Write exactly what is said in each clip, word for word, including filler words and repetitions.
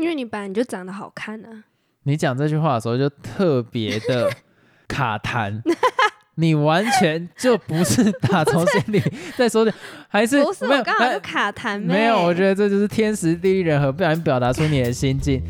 因为你本来你就长得好看啊。 你讲这句话的时候就特别的卡痰。你完全就不是打从心里在说的，还是不是我刚好就卡痰妹？ 没有，我觉得这就是天时地利人和，不小心表达出你的心境。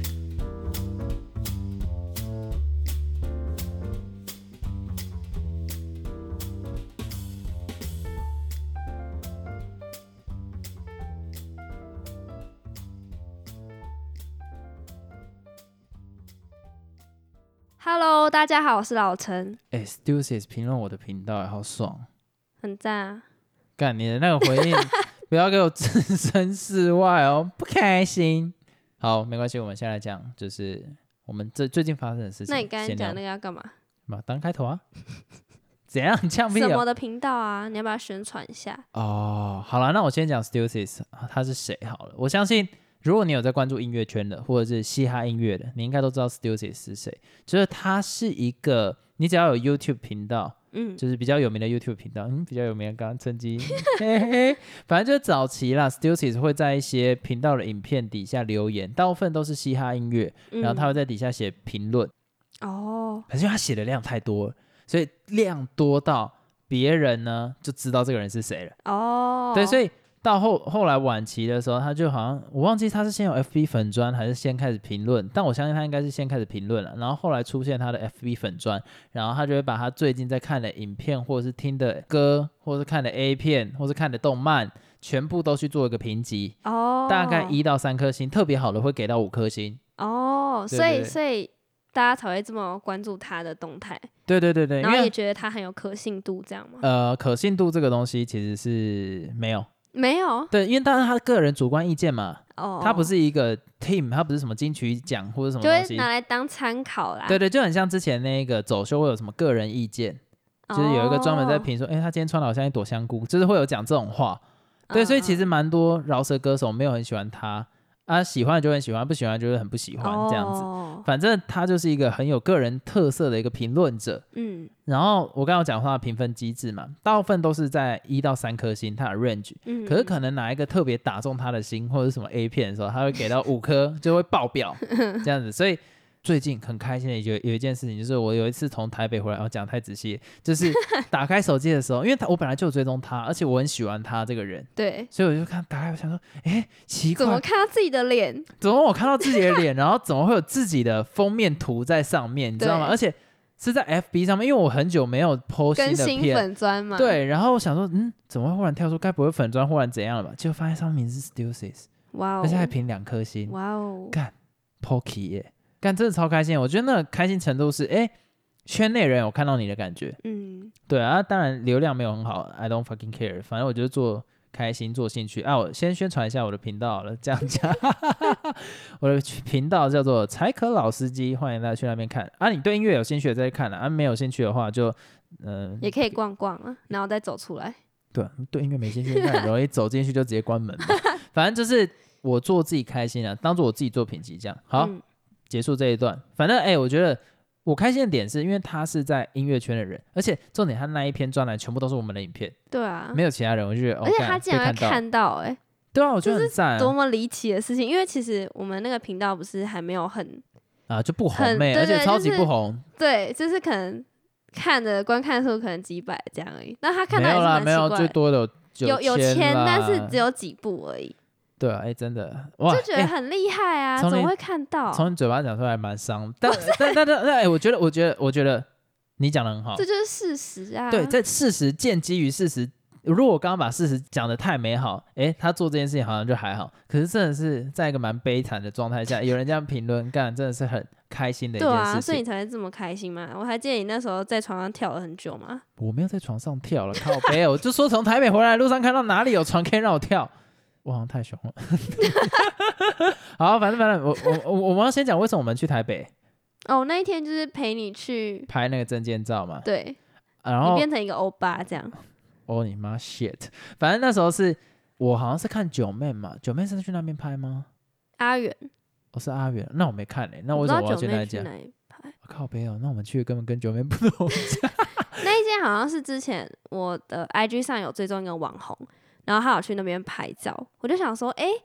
Hello， 大家好，我是老陈。 哎 ，Stuces 评论我的频道，好爽， 很赞啊！ 干你的那个回应，不要给我置身事外哦，不开心。好，没关系，我们先来讲，就是我们这最近发生的事情。 那你刚才讲那个要干嘛？ 嘛，当开头啊？怎样？呛屁、哦？ 什么的频道啊？你要不要宣传一下？ 哦，好了，那我先讲 Stuces 他是谁好了。我相信。如果你有在关注音乐圈的，或者是嘻哈音乐的，你应该都知道 Stuces 是谁。就是他是一个，你只要有 YouTube 频道，嗯，就是比较有名的 YouTube 频道，嗯，比较有名的，刚刚趁机，嘿嘿，反正就是早期啦 ，Stuces 会在一些频道的影片底下留言，大部分都是嘻哈音乐，然后他会在底下写评论。哦，可是因为他写的量太多了，所以量多到别人呢就知道这个人是谁了。哦，对，所以。到 后, 后来晚期的时候，他就好像我忘记他是先有 F B 粉专还是先开始评论，但我相信他应该是先开始评论了，然后后来出现他的 F B 粉专，然后他就会把他最近在看的影片，或者是听的歌，或者是看的 A 片，或是看的动漫，全部都去做一个评级，哦，大概一到三颗星，特别好的会给到五颗星。哦， 对对对，所以所以大家才会这么关注他的动态。 对对对对， 然后也觉得他很有可信度，这样吗？ 呃，可信度这个东西其实是没有。 没有， 对，因为当然他个人主观意见嘛，哦，他不是一个 team， 他不是什么金曲奖或者什么东西， 就会拿来当参考啦。 对对，就很像之前那个走秀会有什么个人意见，哦，就是有一个专门在评说，哎，他今天穿的好像一朵香菇，就是会有讲这种话。对，嗯，所以其实蛮多饶舌歌手没有很喜欢他。啊，喜欢的就很喜欢，不喜欢就会很不喜欢，这样子。Oh. 反正他就是一个很有个人特色的一个评论者。嗯，然后我刚刚讲他的评分机制嘛，大部分都是在一到三颗星，他的 range。嗯，可是可能哪一个特别打中他的心，或者是什么 A 片的时候，他会给到五颗，就会爆表这样子。所以最近很开心的有有一件事情，就是我有一次从台北回来，我讲太仔细，就是打开手机的时候，因为他我本来就有追踪他，而且我很喜欢他这个人，对，所以我就看打开，我想说，哎，奇怪， 怎么看到自己的脸？ 怎么我看到自己的脸，然后怎么会有自己的封面图在上面，你知道吗？而且是在 F B 上面，因为我很久没有 po 新的片， 更新粉专嘛， 对，然后我想说，嗯，怎么会忽然跳出，该不会粉专忽然怎样了吧？结果发现上面是 Stuces， 哇哦，而且还评两颗星，哇哦，干 Pocky 耶。干真的超开心，我觉得那个开心程度是，哎，圈内人有看到你的感觉，嗯，对啊，当然流量没有很好 ，I don't fucking care， 反正我就是做开心做兴趣啊。我先宣传一下我的频道好了，这样讲，我的频道叫做柴可老司机，欢迎大家去那边看啊。你对音乐有兴趣的再去看了啊，没有兴趣的话就， 嗯、呃，也可以逛逛啊，然后再走出来。 对，对音乐没兴趣，那很容易走进去就直接关门。反正就是我做自己开心啊，当做我自己做品集这样，好。嗯，结束这一段，反正哎、欸，我觉得我开心的点是因为他是在音乐圈的人，而且重点他那一篇专栏全部都是我们的影片， 对啊， 没有其他人，我就觉得， 而且他竟然会看到，哎、欸， 对啊，我觉得很赞、啊， 多么离奇的事情，因为其实我们那个频道不是还没有很啊就不红妹、欸，而且超级不红， 就是、对，就是可能看的观看数可能几百这样而已，那他看到也是蛮奇怪的， 没有啦，没有，最多的有有签，但是只有几部而已。对啊，哎、欸，真的，哇， 就觉得很厉害啊！欸、怎么会看到？ 从你嘴巴讲出来蛮伤，但但但但哎、欸，我觉得，我觉得，我觉得你讲的很好， 这就是事实啊。 对，在事实建基于事实。如果我刚刚把事实讲得太美好，哎、欸，他做这件事情好像就还好，可是真的是在一个蛮悲惨的状态下，有人这样评论，干真的是很开心的一件事情。 对啊，所以你才会这么开心嘛？我还记得你那时候在床上跳了很久嘛。 我没有在床上跳了，靠北，我就说从台北回来的路上看到哪里有床可以让我跳。我好像太凶了。好，反正反正我我我我们要先讲为什么我们去台北。 哦，那一天就是陪你去拍那个证件照嘛。 对， 然后你变成一个欧巴这样。 哦，你妈 shit！ 反正那时候是我好像是看九妹嘛，九妹是去那边拍吗？ 阿远， 我、哦、是阿远，那我没看嘞、欸，那为什么我要去那一家？靠北哦，那我们去的根本跟九妹不同家。 那一间好像是之前我的 I G 上有追踪一个网红。然后他有去那边拍照，我就想说，哎，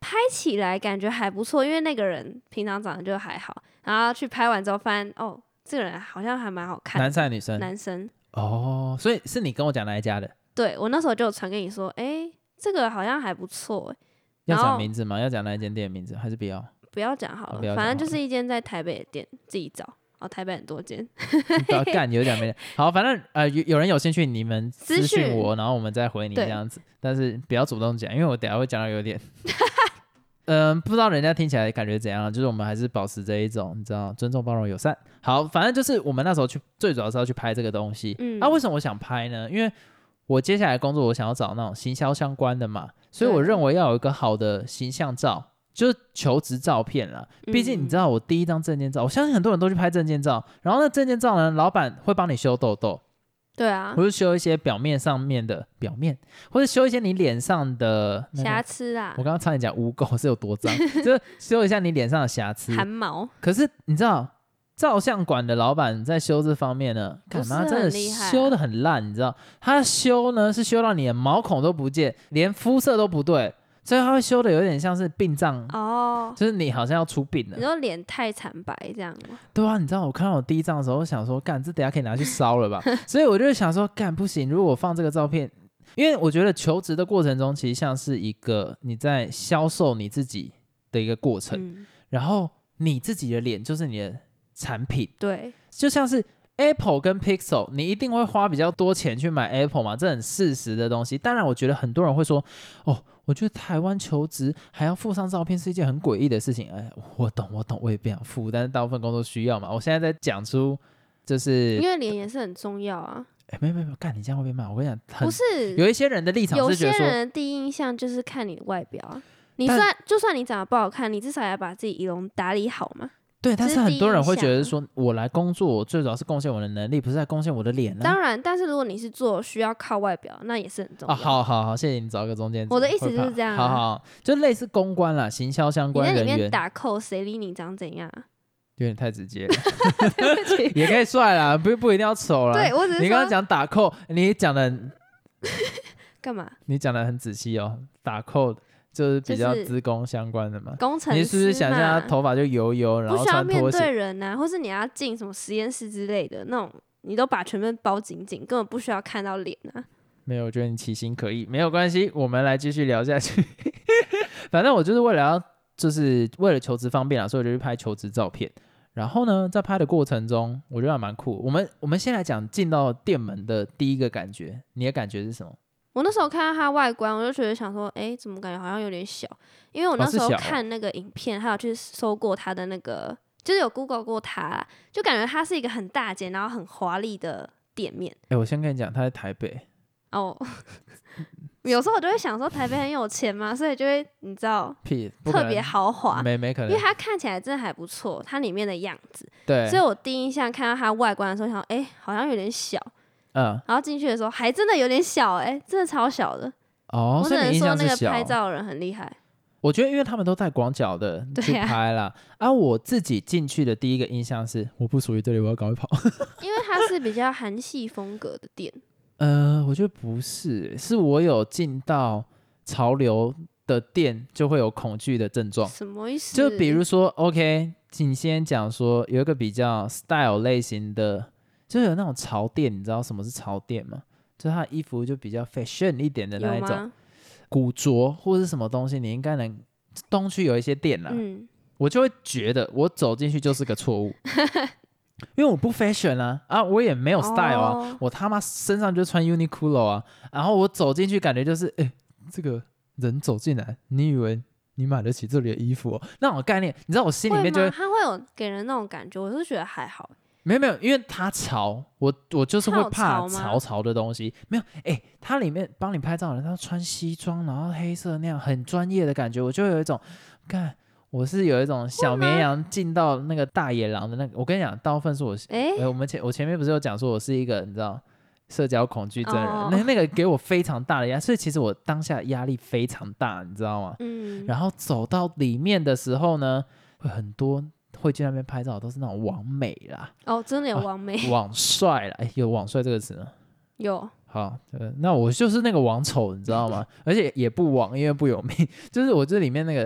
拍起来感觉还不错，因为那个人平常长得就还好，然后去拍完之后发现哦，这个人好像还蛮好看的。 男生还是女生？ 男生。 哦，所以是你跟我讲哪一家的？ 对，我那时候就有传给你说，哎，这个好像还不错哎。 要讲名字吗？要讲哪一间店的名字还是不要？ 不要讲好了， 哦、 反正就是一间在台北的店，自己找。哦，台北很多间。 不要干，有点没点。好，反正呃有有人有兴趣，你们私讯我，然后我们再回你这样子。但是不要主动讲，因为我等一下会讲到有点。嗯、呃，不知道人家听起来感觉怎样，就是我们还是保持这一种，你知道，尊重、包容、友善。好，反正就是我们那时候去，最主要是要去拍这个东西。嗯，那、啊、为什么我想拍呢？因为我接下来工作，我想要找那种行销相关的嘛，所以我认为要有一个好的形象照，就是求职照片啦。毕竟你知道，我第一张证件照，我相信很多人都去拍证件照，然后那证件照呢，老板会帮你修痘痘。 对啊， 或是修一些表面上面的表面，或者修一些你脸上的、那個、 瑕疵啊。 我刚刚差点讲污垢是有多脏，就是修一下你脸上的瑕疵、 汗毛。可是你知道，照相馆的老板在修这方面呢，干嘛真的修得很烂？你知道，他修呢是修到你的毛孔都不见，连肤色都不对。所以他会修的有点像是病脏哦，就是你好像要出病了。 你说脸太惨白这样吗？ 对啊，你知道我看到我第一张的时候，我想说，干这等一下可以拿去烧了吧？所以我就想说，干不行，如果我放这个照片，因为我觉得求职的过程中，其实像是一个你在销售你自己的一个过程，嗯、然后你自己的脸就是你的产品， 对， 就像是。Apple 跟 Pixel 你一定会花比较多钱去买 Apple 嘛，这很事实的东西。当然我觉得很多人会说，哦，我觉得台湾求职还要附上照片是一件很诡异的事情。哎，我懂我懂，我也不想附，但是大部分工作需要嘛。我现在在讲出就是因为脸也是很重要啊。 哎，没有没有，干你这样会被骂。我跟你讲， 不是有一些人的立场是觉得说， 有些人的第一印象就是看你的外表啊。你算就算你长得不好看，你至少也要把自己仪容打理好嘛。 对，但是很多人会觉得说，我来工作，我最主要是贡献我的能力，不是在贡献我的脸、啊。 当然，但是如果你是做需要靠外表，那也是很重要。 啊、好好好，谢谢你找一个中间。 我的意思就是这样、啊。 好好，就类似公关啦，行销相关人员。 你在里面打扣，谁理你长怎样、啊？ 有点太直接了。对不起，也可以帅啦，不不一定要丑啦。 对，我只是你刚刚讲打扣，你讲的干嘛？ 你讲的很仔细哦，打扣。就是比较资工相关的嘛， 工程师嘛， 你是不是想象他头发就油油，然后穿拖鞋？ 不需要面对人啊，或是你要进什么实验室之类的那种，你都把全部包紧紧，根本不需要看到脸啊。 没有，我觉得你其心可疑，没有关系，我们来继续聊下去。反正我就是为了要，就是为了求职方便啊，所以我就去拍求职照片。然后呢，在拍的过程中，我觉得还蛮酷。我们我们先来讲进到店门的第一个感觉，你的感觉是什么？ 我那时候看到它外观，我就觉得想说，哎，怎么感觉好像有点小？因为我那时候看那个影片，还有去搜过它的那个，就是有 Google 过它，就感觉它是一个很大间，然后很华丽的店面。 哎，我先跟你讲，它在台北。 哦，有时候我就会想说，台北很有钱嘛，所以就会你知道，特别豪华， 没没可能， 因为它看起来真的还不错，它里面的样子。 对， 所以我第一印象看到它外观的时候，想，哎，好像有点小。 嗯， 然后进去的时候还真的有点小哎、欸，真的超小的哦。 我只能说那个拍照的人很厉害。 我觉得因为他们都带广角的去拍啦，啊，啊我自己进去的第一个印象是我不属于这里，我要赶快跑。 因为它是比较韩系风格的店。 呃，我觉得不是，是我有进到潮流的店就会有恐惧的症状。 什么意思？ 就比如说 ，OK， 你先讲说有一个比较 style 类型的。就是有那种潮店，你知道什么是潮店吗？就是它的衣服就比较 fashion 一点的那一种，古着或是什么东西，你应该能东区有一些店啦、嗯，我就会觉得我走进去就是个错误，因为我不 fashion 啊，啊，我也没有 style 啊，哦、我他妈身上就穿 Uniqlo 啊，然后我走进去感觉就是，哎，这个人走进来，你以为你买得起这里的衣服、哦？那种概念，你知道我心里面就会， 他会有给人那种感觉，我是觉得还好。 没有没有，因为它潮，我我就是会怕潮潮的东西。没有，哎，它里面帮你拍照的人，他穿西装，然后黑色那样很专业的感觉，我就有一种，看我是有一种小绵羊进到那个大野狼的那个。我跟你讲，大部分是我，哎，我们前我前面不是有讲说我是一个你知道社交恐惧症人，哦、那那个给我非常大的压力，所以其实我当下压力非常大，你知道吗？嗯。然后走到里面的时候呢，会很多。会去那边拍照都是那种网美啦， 哦，真的有网美、 啊、网帅啦，有网帅这个词吗？ 有。 好，那我就是那个网丑，你知道吗？而且也不网，因为不有名，就是我这里面那个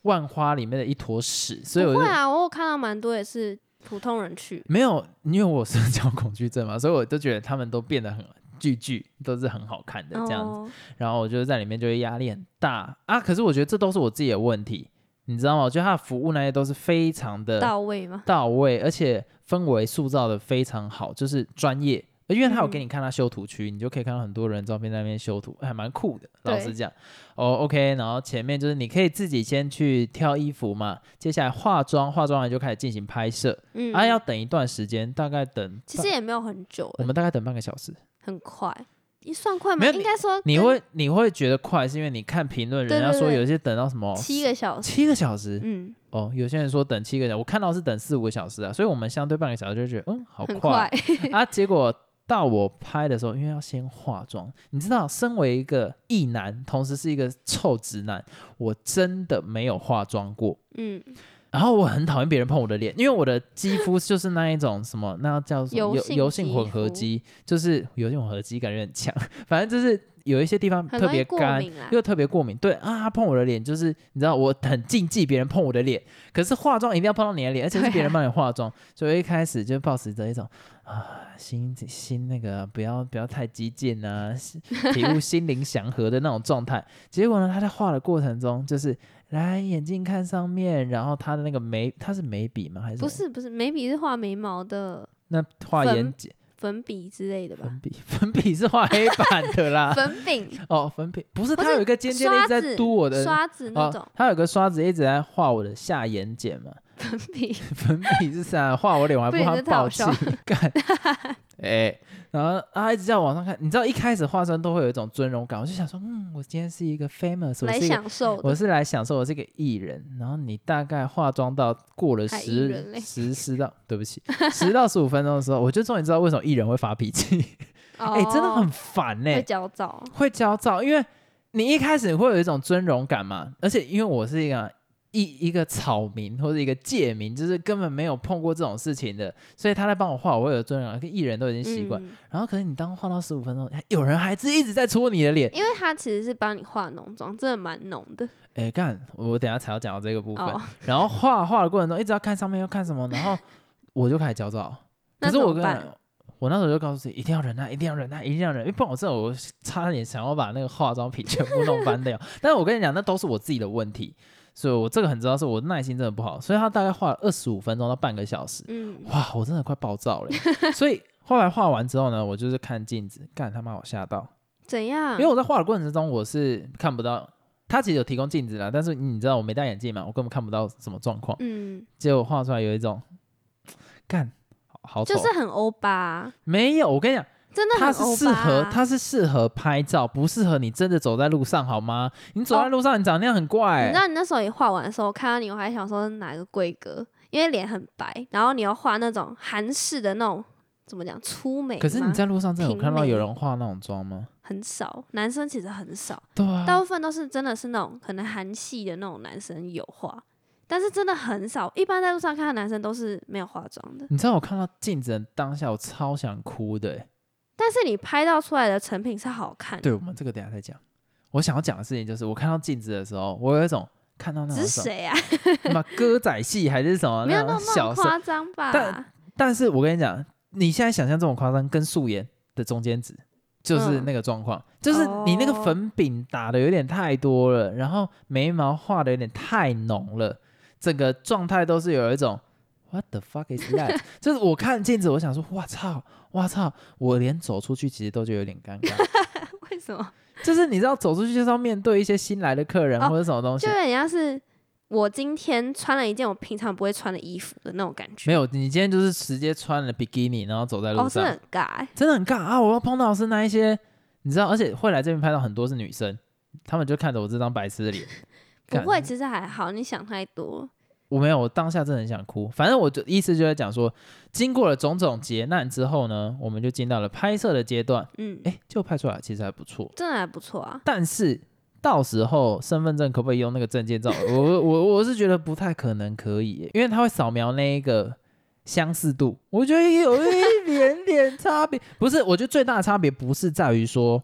万花里面的一坨屎，所以我就不会啊，我有看到蛮多也是普通人去， 没有，因为我社交恐惧症嘛，所以我就觉得他们都变得很句句都是很好看的这样子，哦、然后我就在里面就会压力很大啊。可是我觉得这都是我自己的问题，你知道吗？我觉得他的服务那些都是非常的到位吗？ 到位，而且氛围塑造的非常好，就是专业。因为他有给你看他修图区、嗯、你就可以看到很多人照片在那边修图，还蛮酷的，老实讲。哦、oh, OK， 然后前面就是你可以自己先去挑衣服嘛，接下来化妆，化妆完就开始进行拍摄，嗯，啊，要等一段时间，大概等， 其实也没有很久， 我们大概等半个小时， 很快。一算快吗？应该说你会你会觉得快，是因为你看评论，人家说有些等到什么七个小时， 七个小时， 嗯， 哦，有些人说等七个小时，我看到是等四五个小时啊，所以我们相对半个小时就觉得嗯好快， 很快啊，结果到我拍的时候，因为要先化妆，你知道，身为一个异男，同时是一个臭直男，我真的没有化妆过，嗯。然后我很讨厌别人碰我的脸，因为我的肌肤就是那一种什么，那叫什么油性混合肌，就是油性混合肌感觉很强，反正就是有一些地方特别干，又特别过敏。对啊，他碰我的脸就是你知道我很禁忌别人碰我的脸，可是化妆一定要碰到你的脸，而且是别人帮你化妆，所以我一开始就抱持着一种啊心心那个不要不要太激进啊，体悟心灵祥和的那种状态。结果呢，他在画的过程中就是。来，眼睛看上面，然后他的那个眉，他是眉笔吗？还是不是不是眉笔是画眉毛的， 那画眼睑、 粉笔之类的吧？ 粉笔粉笔是画黑板的啦。 粉饼哦，粉笔不是，他有一个尖尖的一直在嘟我的刷子那种， 哦、他有个刷子一直在画我的下眼睑嘛。 粉笔粉笔是啥？画我脸，我还不怕爆气干。哎、欸，然后他一直在往上看，你知道一开始化妆都会有一种尊荣感，我就想说，嗯，我今天是一个 famous， 我是一个来享受， 我是来享受，我是一个艺人。然后你大概化妆到过了十十十到，对不起，十到十五分钟的时候，我就终于知道为什么艺人会发脾气。哎、哦欸，真的很烦呢、欸， 会焦躁， 会焦躁，因为你一开始会有一种尊荣感嘛，而且因为我是一个。一, 一个草民或者一个界民，就是根本没有碰过这种事情的，所以他在帮我画，我会有尊重，跟艺人都已经习惯、嗯。然后可是你当画到十五分钟，有人还是一直在戳你的脸， 因为他其实是帮你化浓妆，真的蛮浓的。 哎、欸，干，我等一下才要讲到这个部分。 哦、 然后画画的过程中，一直要看上面要看什么，然后我就开始焦躁。可是我跟我那时候就告诉自己，一定要忍耐，一定要忍耐，一定要忍耐，因为不然我知道我差点想要把那个化妆品全部弄翻掉。但是我跟你讲，那都是我自己的问题。所以我这个很知道是我耐心真的不好，所以他大概画了二十五分钟到半个小时，嗯，哇，我真的快暴躁了。所以后来画完之后呢，我就是看镜子，干他妈我吓到， 怎样？ 因为我在画的过程中我是看不到，他其实有提供镜子啦，但是你知道我没戴眼镜嘛，我根本看不到什么状况，嗯，结果画出来有一种干好丑， 就是很欧巴， 没有，我跟你讲。 真的很欧巴、啊、 它是适合，它是适合拍照，不适合你真的走在路上，好吗？你走在路上，哦、你长那样很怪、欸。 你知道你那时候一画完的时候，看到你，我还想说哪个规格，因为脸很白，然后你要画那种韩式的那种，怎么讲粗美？ 可是你在路上真的有看到有人画那种妆吗？ 很少，男生其实很少， 对啊， 大部分都是真的是那种可能韩系的那种男生有画。但是真的很少，一般在路上看到男生都是没有化妆的。 你知道我看到镜子的当下，我超想哭的、欸。 但是你拍到出来的成品是好看的。 对，我们这个等一下再讲。我想要讲的事情就是，我看到镜子的时候，我有一种看到那种是谁啊？ 什么歌仔戏还是什么？ 没有那么夸张吧？ 但但是我跟你讲，你现在想象这种夸张，跟素颜的中间值就是那个状况、嗯，就是你那个粉饼打的有点太多了，然后眉毛画的有点太浓了，整个状态都是有一种。What the fuck is that？ 就是我看镜子，我想说，哇操，哇操，我连走出去其实都觉得有点尴尬。 为什么？ 就是你知道，走出去就是要面对一些新来的客人、哦、或者什么东西， 就有点像是我今天穿了一件我平常不会穿的衣服的那种感觉。 没有，你今天就是直接穿了比基尼，然后走在路上，哦， 真的很尬、欸， 真的很尬啊！我要碰到的是那一些，你知道，而且会来这边拍到很多是女生，他们就看着我这张白痴的脸。 不会，其实还好，你想太多。 我没有，我当下真的很想哭。反正我就意思就在讲说，经过了种种劫难之后呢，我们就进到了拍摄的阶段。嗯，哎，就拍出来其实还不错， 真的还不错啊。 但是到时候身份证可不可以用那个证件照？我我我是觉得不太可能可以，因为它会扫描那一个相似度，我觉得有一点点差别。不是，我觉得最大的差别不是在于说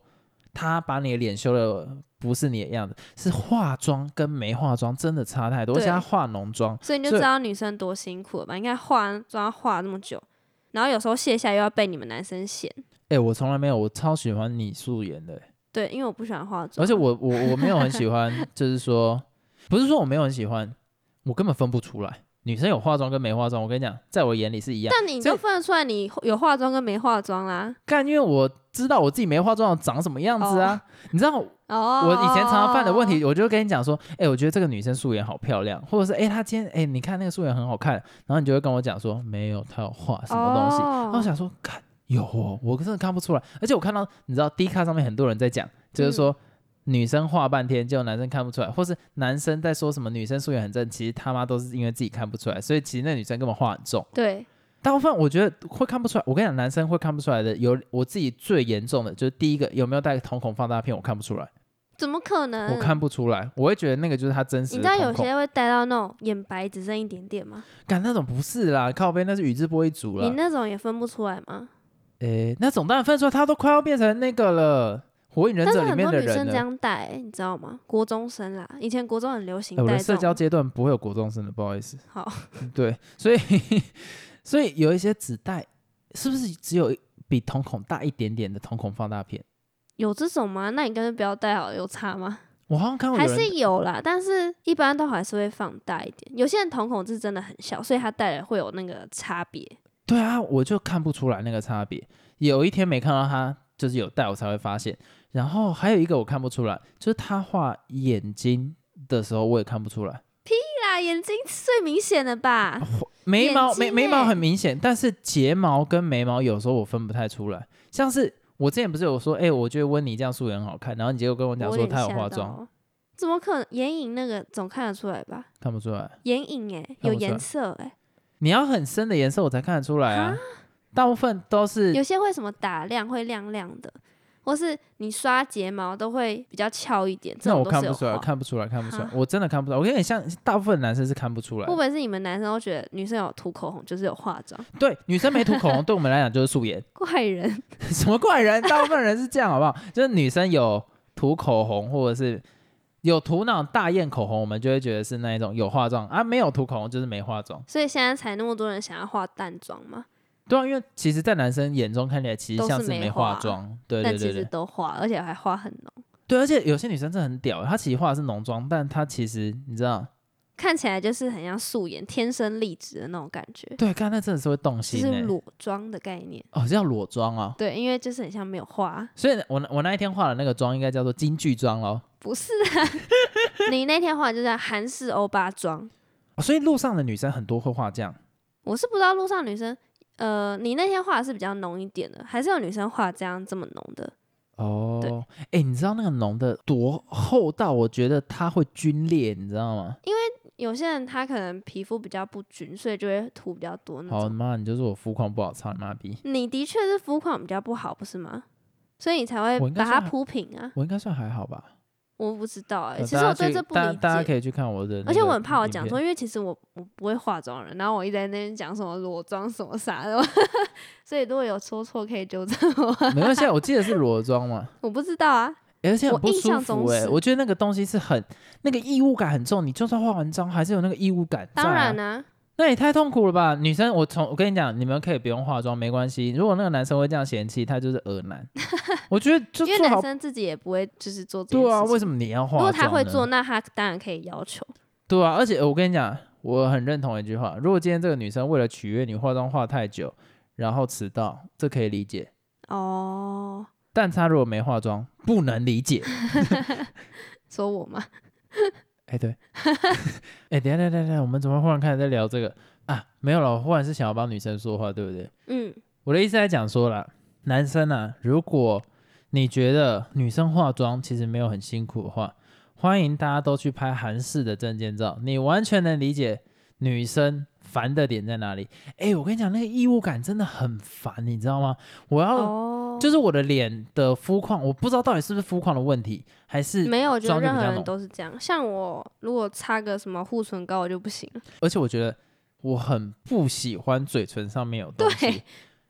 他把你的脸修的不是你的样子，是化妆跟没化妆真的差太多，而且他化浓妆， 所以你就知道女生多辛苦了吧？你看化妆化那么久，然后有时候卸下又要被你们男生嫌。 哎、欸，我从来没有，我超喜欢你素颜的、欸。 对，因为我不喜欢化妆， 而且我我我没有很喜欢，就是说，不是说我没有很喜欢，我根本分不出来。女生有化妆跟没化妆，我跟你讲，在我眼里是一样。 但你就分得出来你有化妆跟没化妆啦。 干，因为我知道我自己没化妆长什么样子啊。Oh. 你知道，哦，我以前常常犯的问题，我就跟你讲说，哎、欸，我觉得这个女生素颜好漂亮，或者是哎、欸，她今天哎、欸，你看那个素颜很好看，然后你就会跟我讲说，没有，她有画什么东西。Oh. 然后我想说，看有哦，我真的看不出来。而且我看到，你知道 D 卡上面很多人在讲，就是说。嗯，女生画半天，结果男生看不出来，或是男生在说什么女生素颜很正，其实他妈都是因为自己看不出来，所以其实那女生根本画很重。 对， 大部分我觉得会看不出来。我跟你讲，男生会看不出来的，有我自己最严重的就是第一个有没有带瞳孔放大片，我看不出来。 怎么可能？ 我看不出来，我会觉得那个就是他真实的瞳孔。 你知道有些会带到那种眼白只剩一点点吗？ 干那种不是啦，靠背那是宇智波一族啦。 你那种也分不出来吗？ 诶，那种当然分出来，他都快要变成那个了。火影忍者里面的人，但是很多女生这样戴、欸，你知道吗？国中生啦，以前国中很流行戴、欸。 我的社交阶段不会有国中生的，不好意思。 好， 对，所以所以有一些只戴，是不是只有比瞳孔大一点点的瞳孔放大片？ 有这种吗？那你干脆不要戴好了，有差吗？ 我好像看过有人， 还是有啦，但是一般都还是会放大一点。有些人瞳孔是真的很小，所以他戴了会有那个差别。 对啊，我就看不出来那个差别。有一天没看到他，就是有戴，我才会发现。然后还有一个我看不出来，就是他画眼睛的时候我也看不出来。 屁啦，眼睛最明显的吧？ 眉毛眉眉毛很明显，但是睫毛跟眉毛有时候我分不太出来。像是我之前不是有说，哎、欸，我觉得温妮这样素颜很好看，然后你结果跟我讲说她有化妆， 怎么可能？眼影那个总看得出来吧？ 看不出来。 眼影哎、欸，有颜色哎、欸， 你要很深的颜色我才看得出来啊。大部分都是有些会什么打亮会亮亮的。或是你刷睫毛都会比较翘一点， 那我看不出来，看不出来，看不出来，我真的看不出来。我跟你像大部分男生是看不出来， 会不会是你们男生都觉得女生有涂口红就是有化妆？ 对，女生没涂口红对我们来讲就是素颜。 怪人？ 什么怪人？大部分人是这样，好不好？就是女生有涂口红，或者是有涂那种大艳口红，我们就会觉得是那一种有化妆啊；没有涂口红就是没化妆。 所以现在才那么多人想要化淡妆吗？ 对啊，因为其实，在男生眼中看起来，其实像是没化妆，对对对对， 但其实都化，而且还化很浓。 对，而且有些女生真的很屌，她其实化的是浓妆，但她其实你知道， 看起来就是很像素颜，天生丽质的那种感觉。 对，刚才那真的是会动心、欸， 就是裸妆的概念。 哦，叫裸妆啊？ 对，因为就是很像没有化。 所以我我那一天化的那个妆应该叫做京剧妆咯。 不是啊，你那天化就叫韩式欧巴妆、 哦。所以路上的女生很多会化这样。 我是不知道路上女生。呃，你那天画的是比较浓一点的，还是有女生画这样这么浓的？ 哦，哎、欸，你知道那个浓的多厚到我觉得它会皲裂，你知道吗？ 因为有些人他可能皮肤比较不均，所以就会涂比较多那种。 好妈，你就是我肤况不好，操你妈逼！ 你的确是肤况比较不好，不是吗？所以你才会把它铺平啊。 我应该算还好吧。 我不知道哎、欸，其实我对这不理解。 大家可以去看我的， 而且我很怕我讲错，因为其实我我不会化妆人，然后我一直在那边讲什么裸妆什么啥的，所以如果有说错可以纠正我。 没关系，我记得是裸妆嘛。 我不知道啊， 而且很不舒服哎、欸，我觉得那个东西是很那个异物感很重，你就算化完妆还是有那个异物感在、啊。 当然啊。 那也太痛苦了吧！女生，我从我跟你讲，你们可以不用化妆，没关系。如果那个男生会这样嫌弃，他就是恶男。我觉得就做好， 因为男生自己也不会就是做这件事情。 对啊，为什么你要化妆呢？ 如果他会做，那他当然可以要求。 对啊，而且我跟你讲，我很认同一句话：如果今天这个女生为了取悦你化妆化太久，然后迟到，这可以理解。 哦。 但她如果没化妆，不能理解。 说我吗？ 哎、欸，对，哎、欸，等一下，等一下，等一下，我们怎么忽然开始在聊这个啊？没有了，我忽然是想要帮女生说话，对不对？ 嗯， 我的意思在讲说啦，男生啊，如果你觉得女生化妆其实没有很辛苦的话，欢迎大家都去拍韩式的证件照，你完全能理解女生烦的点在哪里。哎、欸，我跟你讲，那个异物感真的很烦，你知道吗？我要。哦就是我的脸的肤况，我不知道到底是不是肤况的问题，还是没有，我觉得任何人都是这样。像我如果擦个什么护唇膏，我就不行了。 而且我觉得我很不喜欢嘴唇上面有东西。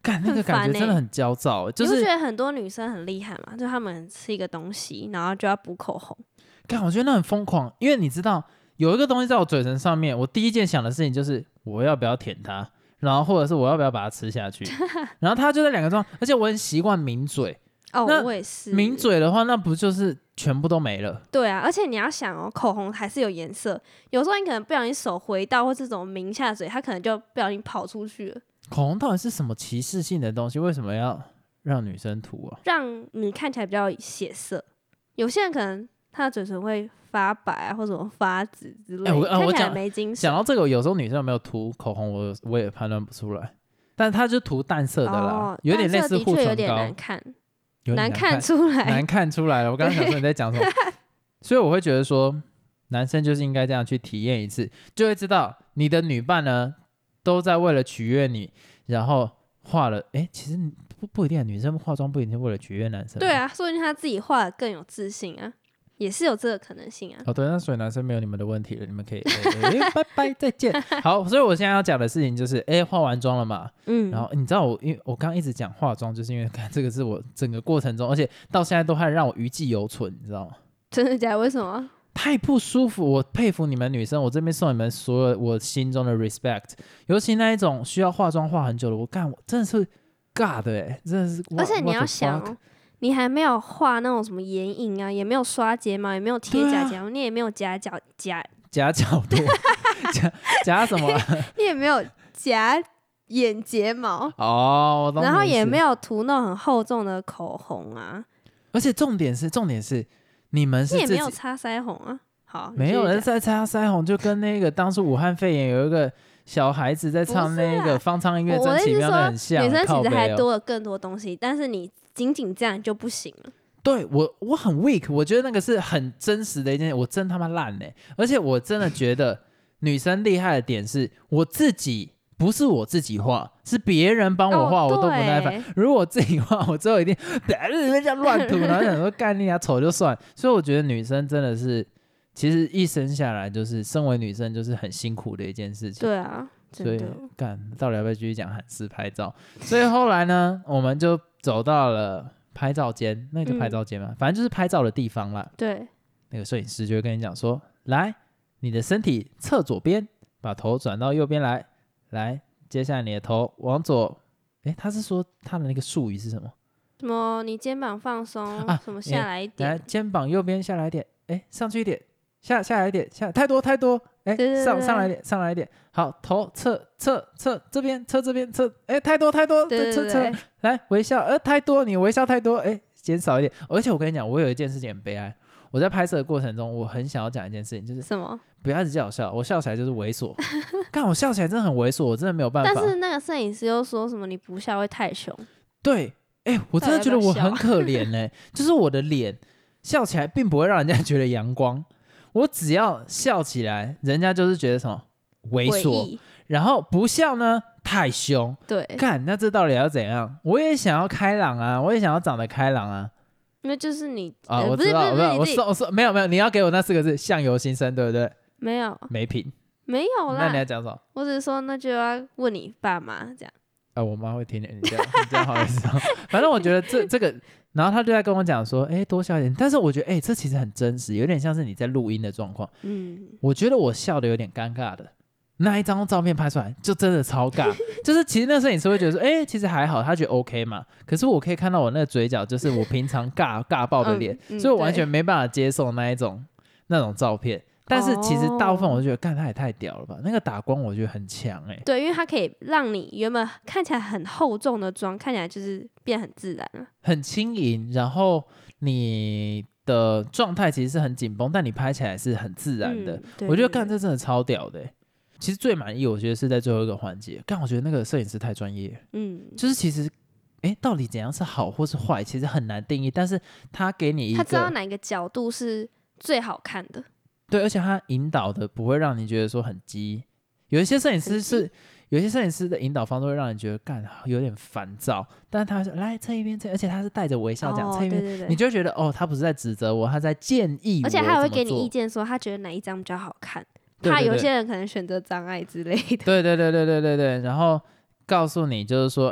干那个感觉真的很焦躁、欸，就是、 你不觉得很多女生很厉害吗？就她们吃一个东西，然后就要补口红。 干，我觉得那很疯狂，因为你知道有一个东西在我嘴唇上面，我第一件想的事情就是我要不要舔它，然后或者是我要不要把它吃下去，然后它就在两个状，而且我很习惯抿嘴。 哦，我也是。 抿嘴的话，那不就是全部都没了？ 对啊，而且你要想哦，口红还是有颜色，有时候你可能不小心手回到或这种抿下嘴，它可能就不小心跑出去了。 口红到底是什么歧视性的东西？为什么要让女生涂啊？ 让你看起来比较血色。有些人可能他的嘴唇会发白啊，或者什么发紫之类的、欸我呃、看起来没精神。 讲到这个，有时候女生有没有涂口红，我我也判断不出来。但她就涂淡色的啦，哦、有点类似护唇膏， 有点难看。 难看出来， 难看出来了。我刚刚想说你在讲什么，所以我会觉得说，男生就是应该这样去体验一次，就会知道你的女伴呢都在为了取悦你，然后化了。哎，其实不不一定，女生化妆不一定为了取悦男生。 对啊，说不定她自己化的更有自信啊。也是有这个可能性啊。 哦，对，那所以男生没有你们的问题了，你们可以，欸欸、拜拜，再见。好，所以我现在要讲的事情就是，哎、欸，化完妆了嘛，嗯，然后你知道我，因为我刚刚一直讲化妆，就是因为看这个是我整个过程中，而且到现在都还让我余悸犹存，你知道吗？ 真的假的？为什么？ 太不舒服，我佩服你们女生，我这边送你们所有我心中的 respect， 尤其那一种需要化妆化很久的，我干，我真的是 God 哎、欸，真的是， 而且你要想哦。你还没有画那种什么眼影啊，也没有刷睫毛，也没有贴假睫毛、啊，你也没有夹角夹夹角度，夹夹什么？ 你也没有夹眼睫毛哦，我懂。 然后也没有涂那种很厚重的口红啊。 而且重点是，重点是你们是自己你也没有擦腮红啊。好， 没有人在擦腮红，就跟那个当初武汉肺炎有一个小孩子在唱那个方舱音乐真奇妙的很像。 女生其实还多了更多东西，但是你仅仅这样就不行了。 对，我我很 weak， 我觉得那个是很真实的一件事，我真他妈烂欸。而且我真的觉得女生厉害的点是，我自己不是我自己画，是别人帮我画、哦，我都不耐烦。如果我自己画，我最后一定在那边乱涂，然后想说干你啊丑就算。所以我觉得女生真的是，其实一生下来就是身为女生就是很辛苦的一件事情。 对啊。 所以干，到底要不要继续讲韩式拍照？所以后来呢，我们就走到了拍照间，那个拍照间嘛、嗯，反正就是拍照的地方啦。 对， 那个摄影师就会跟你讲说：“来，你的身体侧左边，把头转到右边来，来，接下来你的头往左。”哎，他是说他的那个术语是什么？ 什么？你肩膀放松、啊，什么下来一点？ 来，肩膀右边下来一点，哎，上去一点。下下来一点，下太多太多，哎，上上来一点，上来一点，好，头侧侧侧这边，侧这边，侧，哎，太多太多， 对侧侧，来微笑，呃，太多，你微笑太多，哎，减少一点。而且我跟你讲，我有一件事情很悲哀，我在拍摄的过程中，我很想要讲一件事情，就是什么？ 不要一直叫我笑，我笑起来就是猥琐，看我笑起来真的很猥琐，我真的没有办法。 但是那个摄影师又说什么你不笑会太凶？ 对，哎，我真的觉得我很可怜呢、欸，就是我的脸笑起来并不会让人家觉得阳光。我只要笑起来，人家就是觉得什么猥琐，然后不笑呢太凶。 对， 看那这到底要怎样？我也想要开朗啊，我也想要长得开朗啊。 因为就是你啊、呃，我知道，我知道，我说我说没有没有，你要给我那四个字，相由心生，对不对？ 没有， 没品， 没有啦。 那你要讲什么？ 我只是说，那就要问你爸妈这样。 啊，我妈会听的，你这样，你这样好意思哦。反正我觉得这这个。然后他就在跟我讲说，哎，多笑一点。但是我觉得，哎，这其实很真实，有点像是你在录音的状况。嗯，我觉得我笑的有点尴尬的，那一张照片拍出来就真的超尬。就是其实那摄影师会觉得说，哎，其实还好，他觉得 OK 嘛。可是我可以看到我那个嘴角，就是我平常尬尬爆的脸、嗯嗯，所以我完全没办法接受那一种那种照片。但是其实大部分我就觉得，干、哦、他也太屌了吧！那个打光我觉得很强哎、欸。 对，因为它可以让你原本看起来很厚重的妆，看起来就是变很自然了， 很轻盈。然后你的状态其实是很紧绷，但你拍起来是很自然的。嗯、对对对，我觉得干这真的超屌的、欸。其实最满意，我觉得是在最后一个环节。干，我觉得那个摄影师太专业了。嗯，就是其实，哎，到底怎样是好或是坏，其实很难定义。但是他给你一个， 他知道哪个角度是最好看的。 对，而且他引导的不会让你觉得说很激，有一些摄影师是，有一些摄影师的引导方都会让你觉得干有点烦躁，但是他说来侧一边侧，而且他是带着微笑讲侧一边，你就会觉得哦，他不是在指责我，他在建议我， 而且他还会给你意见说他觉得哪一张比较好看，怕有些人可能选择障碍之类的。 对对对对对对对，然后告诉你就是说，哎，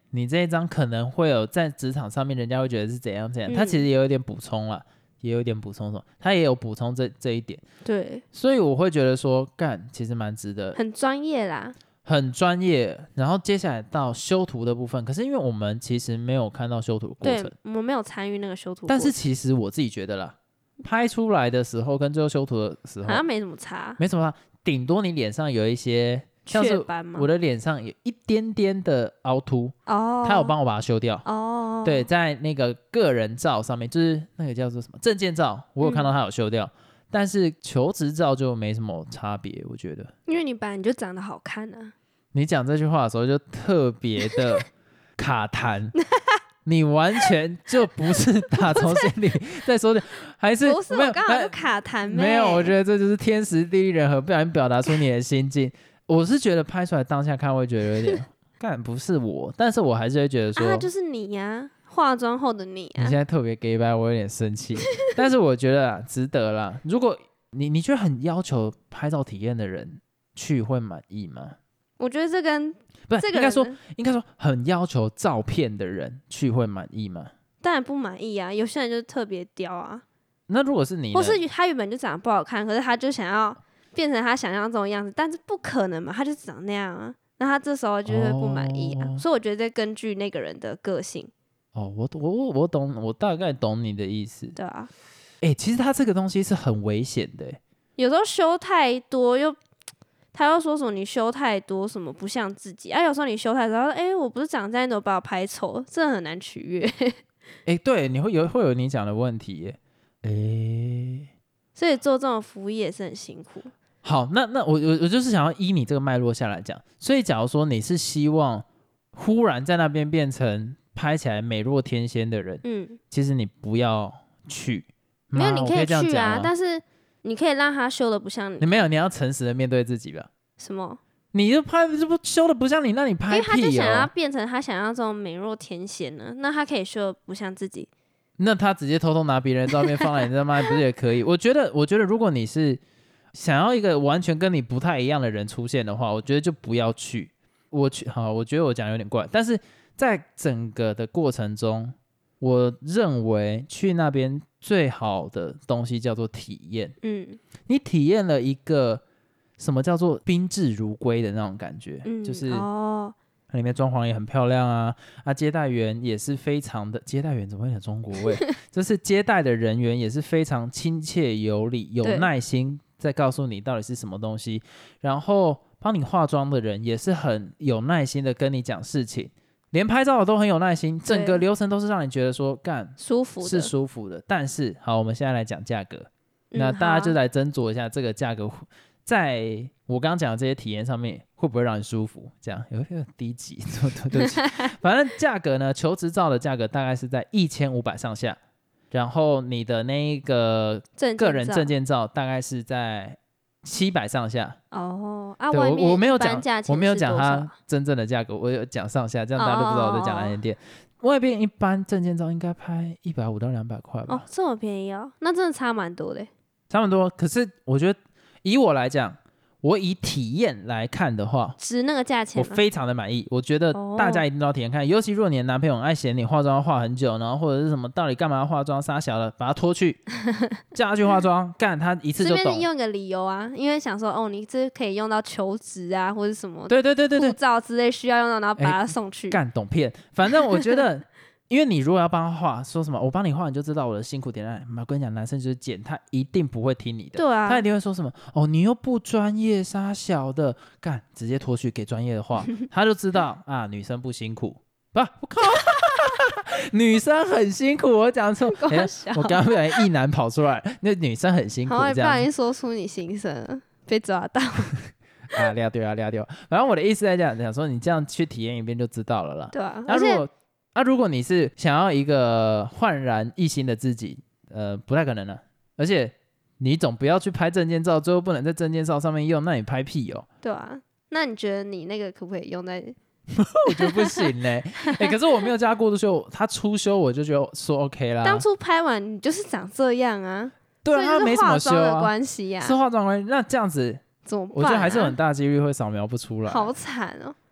你这一张可能会有在职场上面人家会觉得是怎样怎样， 嗯、 他其实也有一点补充啦，也有一点补充什么，他也有补充这这一点。 对， 所以我会觉得说干其实蛮值得， 很专业啦， 很专业。然后接下来到修图的部分，可是因为我们其实没有看到修图的过程， 对，我们没有参与那个修图过程， 但是其实我自己觉得啦，拍出来的时候跟最后修图的时候好像没什么差， 没什么差，顶多你脸上有一些像是我的脸上有一点点的凹凸，哦，他有帮我把它修掉，哦，对，在那个个人照上面，就是那个叫做什么证件照，我有看到他有修掉。嗯，但是求职照就没什么差别，我觉得。因为你本来你就长得好看啊。 你讲这句话的时候就特别的卡痰，你完全就不是打从心里在说的，还是不是我刚好就卡痰？ 没有，我觉得这就是天时地利人和，不小心表达出你的心境。我是觉得拍出来当下看会觉得有点，干不是我，但是我还是会觉得说， 啊，就是你呀、啊。化妆后的你、啊， 你现在特别 gay 掰，我有点生气。但是我觉得啊，值得啦。如果你你觉得很要求拍照体验的人去会满意吗？ 我觉得这跟不是、 这个应该说应该说很要求照片的人去会满意吗？ 当然不满意啊，有些人就是特别刁啊。 那如果是你呢， 或是他原本就长得不好看，可是他就想要变成他想象中的样子，但是不可能嘛，他就长那样啊。那他这时候就会不满意啊。哦、所以我觉得根据那个人的个性。 哦，我我我懂，我大概懂你的意思。 对啊， 哎、欸，其实他这个东西是很危险的、欸， 有时候修太多又，他又说什么你修太多什么不像自己啊，有时候你修太多，他说哎、欸，我不是长这样，你怎么把我拍丑？真的很难取悦。哎、 欸，对，你会有会有你讲的问题耶、欸，哎、欸， 所以做这种服务业也是很辛苦。 好，那那我我我就是想要依你这个脉络下来讲，所以假如说你是希望忽然在那边变成拍起来美若天仙的人，嗯，其实你不要去。 没有，你可以去啊，但是你可以让他修的不像你。 你没有，你要诚实的面对自己吧。 什么？ 你就拍这不修的不像你，那你拍屁、哦、因为他就想要变成他想要这种美若天仙呢，那他可以修的不像自己。 那他直接偷偷拿别人的照片放在你这边不是也可以？我觉得，我觉得如果你是想要一个完全跟你不太一样的人出现的话，我觉得就不要去。我去好，我觉得我讲有点怪，但是。在整个的过程中，我认为去那边最好的东西叫做体验。嗯，你体验了一个什么叫做宾至如归的那种感觉，嗯、就是哦，里面装潢也很漂亮啊，啊，接待员也是非常的，接待员怎么会有中国味？就是接待的人员也是非常亲切有礼，有耐心在告诉你到底是什么东西，然后帮你化妆的人也是很有耐心的跟你讲事情。连拍照的都很有耐心，整个流程都是让你觉得说干舒服的， 是舒服的。但是好，我们现在来讲价格，嗯、那大家就来斟酌一下这个价格，在我刚刚讲的这些体验上面会不会让你舒服？这样有点低级，对不起。反正价格呢，求职照的价格大概是在一千五百上下，然后你的那个个人证件照大概是在七百上下。 哦，啊， 对，我我没有讲，我没有讲它真正的价格，我有讲上下，这样大家都不知道我在讲哪间店。哦、外边一般证件照应该拍一百五到两百块吧？ 哦，这么便宜哦，那真的差蛮多的。 差蛮多，可是我觉得以我来讲，我以体验来看的话， 值那个价钱， 我非常的满意。我觉得大家一定都要体验看，哦、尤其如果你的男朋友爱嫌你化妆要化很久，然后或者是什么到底干嘛要化妆，杀小了，把他拖去叫他去化妆，干他一次就懂。 这边用一个理由啊，因为想说哦，你这可以用到求职啊，或者什么对对对对对护照之类需要用到，然后把他送去。 干懂骗，反正我觉得。因为你如果要帮他画，说什么我帮你画，你就知道我的辛苦点在哪里。我跟你讲，男生就是贱，他一定不会听你的。 对啊， 他一定会说什么哦，你又不专业，杀小的，干直接拖去给专业的画，他就知道啊，女生不辛苦。不，我靠，女生很辛苦，我讲错，欸、我刚刚不小心一男跑出来，那女生很辛苦， 好，不小心说出你心声了，被抓到。 啊，撂掉啊，撂掉。反正我的意思在讲，讲说你这样去体验一遍就知道了啦。 对啊， 那、啊、如果那、啊、如果你是想要一个焕然一新的自己，呃，不太可能了。而且你总不要去拍证件照，最后不能在证件照上面用，那你拍屁哦。 对啊，那你觉得你那个可不可以用在？ 我觉得不行嘞、欸欸。可是我没有叫他过度修，他初修我就觉得说 OK 啦。 当初拍完你就是长这样啊。 对啊，他没什么修啊。 是化妆的关系啊。 是化妆关系，那这样子怎么办、啊？ 我觉得还是有很大几率会扫描不出来。 好惨哦。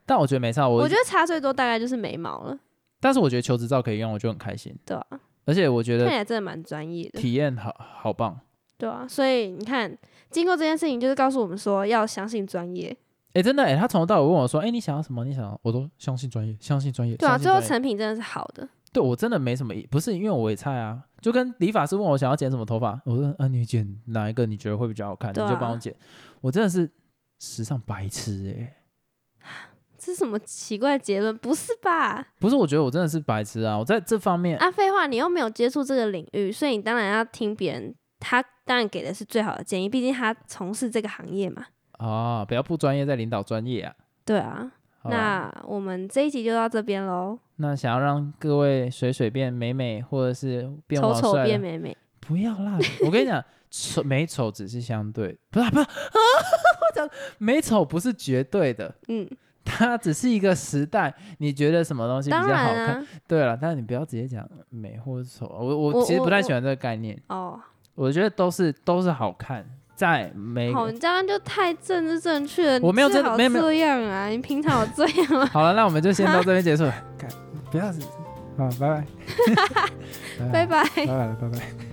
但我觉得没差，我我觉得差最多大概就是眉毛了。 但是我觉得求职照可以用，我就很开心。 对啊， 而且我觉得看起来真的蛮专业的， 体验好好棒。 对啊，所以你看，经过这件事情，就是告诉我们说要相信专业。 哎、欸，真的哎、欸，他从头到尾问我说：“哎、欸，你想要什么？你想要？”我都相信专业，相信专业。 对啊，最后成品真的是好的。 对我真的没什么，不是因为我也菜啊，就跟理发师问我想要剪什么头发，我说：“啊，你剪哪一个你觉得会比较好看，啊、你就帮我剪。”我真的是时尚白痴哎、欸。 这是什么奇怪的结论？不是吧？ 不是，我觉得我真的是白痴啊！我在这方面啊，废话，你又没有接触这个领域，所以你当然要听别人，他当然给的是最好的建议，毕竟他从事这个行业嘛。 哦，不要不专业再领导专业啊！ 对啊，那我们这一集就到这边喽。 那想要让各位水水变美美，或者是变丑丑变美美， 不要啦！我跟你讲，丑美丑只是相对，不是不是啊！我讲美丑不是绝对的，嗯。它只是一个时代，你觉得什么东西比较好看？啊、对了，但是你不要直接讲美或者丑。我我其实不太喜欢这个概念。哦，我觉得都是都是好看，在每好，你这样就太政治正确了。 我没有真的没有这样啊，你平常有这样吗？ 好了，那我们就先到这边结束了。不要，好，拜拜， 拜拜， 拜拜，拜拜。